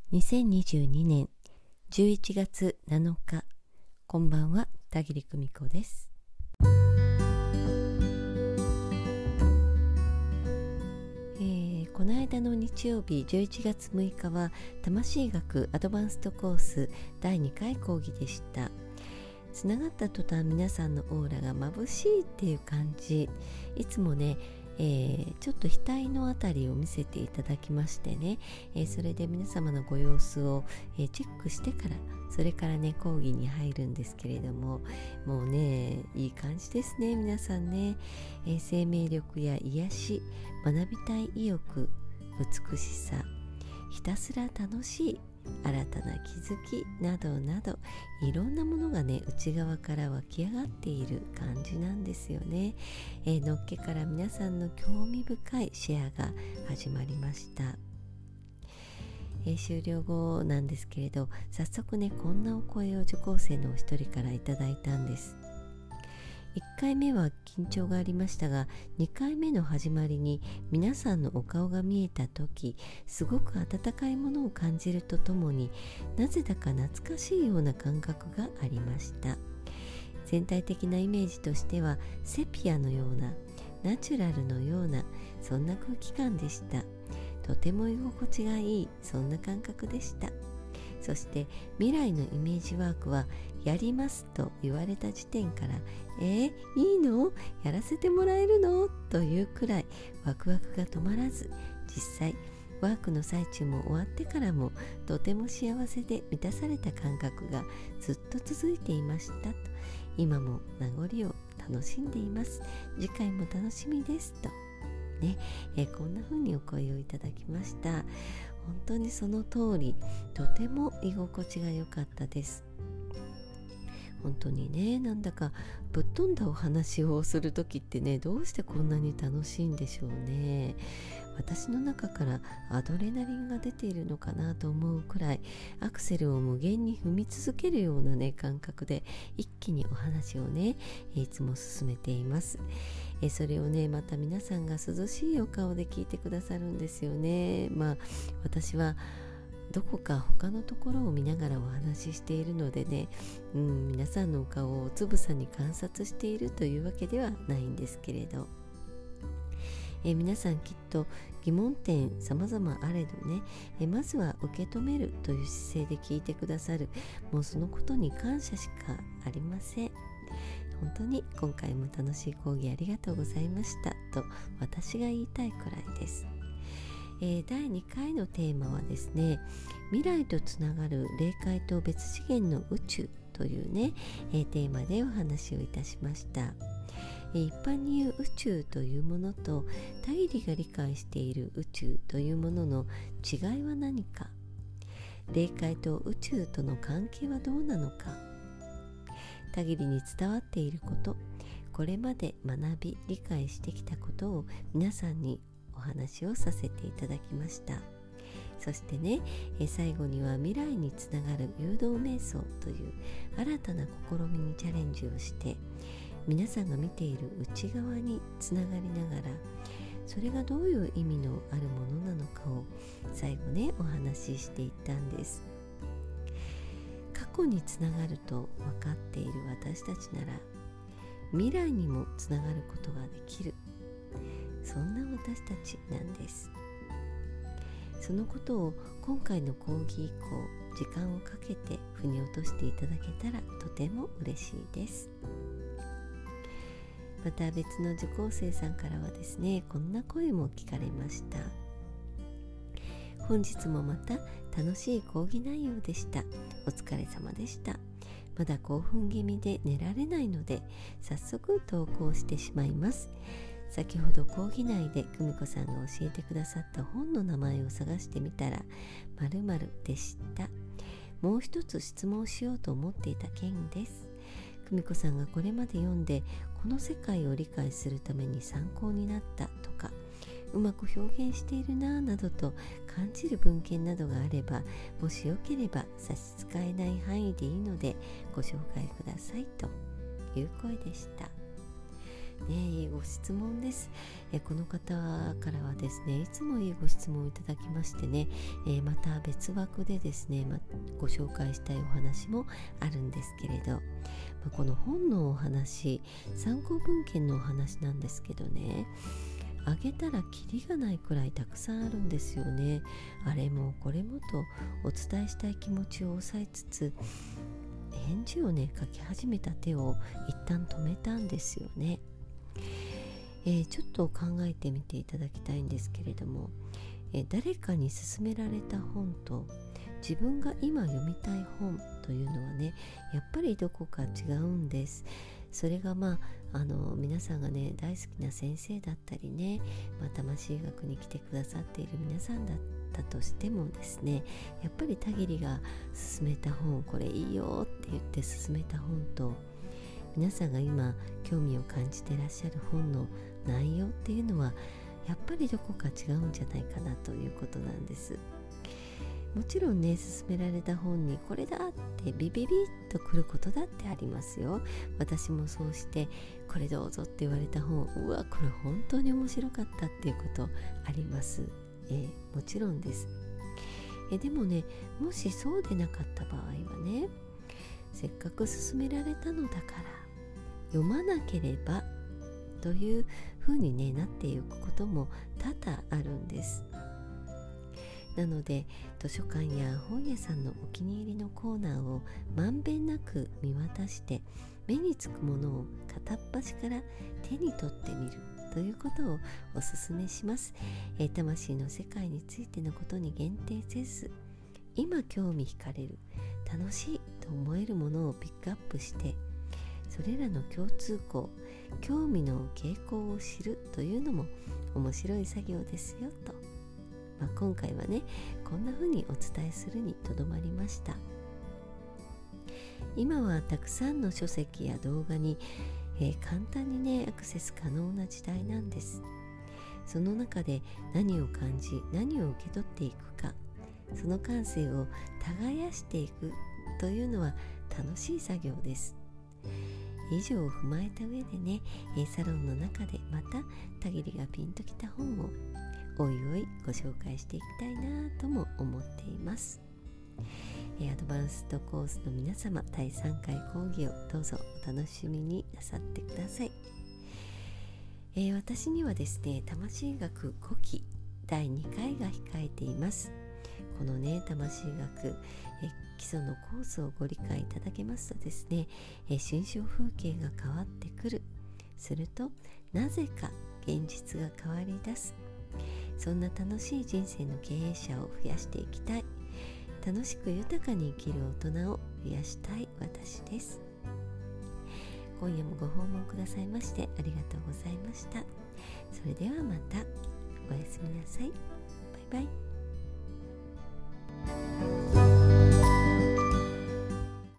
2022年11月7日、こんばんは、田切久美子です。この間の日曜日11月6日は魂学アドバンストコース第2回講義でした。つながった途端皆さんのオーラが眩しいっていう感じ、いつもね、ちょっと額のあたりを見せていただきましてね、それで皆様のご様子を、チェックしてからそれからね講義に入るんですけれども、もうねいい感じですね皆さんね、生命力や癒し、学びたい意欲、美しさ、ひたすら楽しい、新たな気づきなどなど、いろんなものがね内側から湧き上がっている感じなんですよね。のっけから皆さんの興味深いシェアが始まりました。終了後なんですけれど、早速ねこんなお声を受講生のお一人からいただいたんです。1回目は緊張がありましたが、2回目の始まりに皆さんのお顔が見えた時、すごく温かいものを感じるとともに、なぜだか懐かしいような感覚がありました。全体的なイメージとしてはセピアのような、ナチュラルのような、そんな空気感でした。とても居心地がいい、そんな感覚でした。そして未来のイメージワークはやりますと言われた時点から、いいの？やらせてもらえるの？というくらいワクワクが止まらず、実際ワークの最中も終わってからもとても幸せで満たされた感覚がずっと続いていましたと。今も名残を楽しんでいます。次回も楽しみですとね、こんな風にお声をいただきました。本当にその通り、とても居心地が良かったです。本当にね、なんだかぶっ飛んだお話をする時ってね、どうしてこんなに楽しいんでしょうね。私の中からアドレナリンが出ているのかなと思うくらい、アクセルを無限に踏み続けるようなね感覚で一気にお話をねいつも進めています。それをねまた皆さんが涼しいお顔で聞いてくださるんですよね。私はどこか他のところを見ながらお話ししているのでね、皆さんのお顔をつぶさに観察しているというわけではないんですけれど、皆さんきっと疑問点様々あれどね、まずは受け止めるという姿勢で聞いてくださる、もうそのことに感謝しかありません。本当に今回も楽しい講義ありがとうございましたと私が言いたいくらいです。第2回のテーマはですね、未来とつながる霊界と別次元の宇宙というね、テーマでお話をいたしました。一般に言う宇宙というものと田切が理解している宇宙というものの違いは何か、霊界と宇宙との関係はどうなのか、田切に伝わっていること、これまで学び理解してきたことを皆さんにお話をさせていただきました。そしてね、最後には未来につながる誘導瞑想という新たな試みにチャレンジをして、皆さんが見ている内側につながりながら、それがどういう意味のあるものなのかを最後ねお話ししていったんです。過去につながると分かっている私たちなら、未来にもつながることができる、そんな私たちなんです。そのことを今回の講義以降時間をかけて腑に落としていただけたらとても嬉しいです。また別の受講生さんからはですね、こんな声も聞かれました。本日もまた楽しい講義内容でした。お疲れ様でした。まだ興奮気味で寝られないので早速投稿してしまいます。先ほど講義内で久美子さんが教えてくださった本の名前を探してみたら〇〇でした。もう一つ質問しようと思っていた件です。久美子さんがこれまで読んでこの世界を理解するために参考になったとか、うまく表現しているななどと感じる文献などがあれば、もしよければ差し支えない範囲でいいのでご紹介くださいという声でした。 いいご質問です。この方からはですね、いつもいいご質問をいただきましてね、また別枠でですね、ご紹介したいお話もあるんですけれど、この本のお話、参考文献のお話なんですけどね、あげたらキリがないくらいたくさんあるんですよね。あれもこれもとお伝えしたい気持ちを抑えつつ、返事をね書き始めた手を一旦止めたんですよね。ちょっと考えてみていただきたいんですけれども、誰かに勧められた本と自分が今読みたい本というのはね、やっぱりどこか違うんです。それが皆さんがね大好きな先生だったりね、魂学に来てくださっている皆さんだったとしてもですね、やっぱり田切が勧めた本、これいいよって言って勧めた本と、皆さんが今興味を感じていらっしゃる本の内容っていうのはやっぱりどこか違うんじゃないかなということなんです。もちろんね、勧められた本にこれだってビビビッとくることだってありますよ。私もそうして、これどうぞって言われた本、うわこれ本当に面白かったっていうことあります。もちろんです。でもね、もしそうでなかった場合はね、せっかく勧められたのだから読まなければというふうに、ね、なっていくことも多々あるんです。なので図書館や本屋さんのお気に入りのコーナーをまんべんなく見渡して、目につくものを片っ端から手に取ってみるということをお勧めします。魂の世界についてのことに限定せず、今興味惹かれる、楽しいと思えるものをピックアップして、それらの共通項、興味の傾向を知るというのも面白い作業ですよと、今回はねこんな風にお伝えするにとどまりました。今はたくさんの書籍や動画に、簡単にねアクセス可能な時代なんです。その中で何を感じ、何を受け取っていくか、その感性を耕していくというのは楽しい作業です。以上を踏まえた上でね、サロンの中でまた田切がピンときた本をおいおいご紹介していきたいなとも思っています。アドバンストコースの皆様、第3回講義をどうぞお楽しみになさってください。私にはですね、魂学5期第2回が控えています。このね魂学、基礎のコースをご理解いただけますとですね、心象風景が変わってくる、するとなぜか現実が変わり出す、そんな楽しい人生の経営者を増やしていきたい、楽しく豊かに生きる大人を増やしたい私です。今夜もご訪問くださいましてありがとうございました。それではまた、おやすみなさい。バイバイ。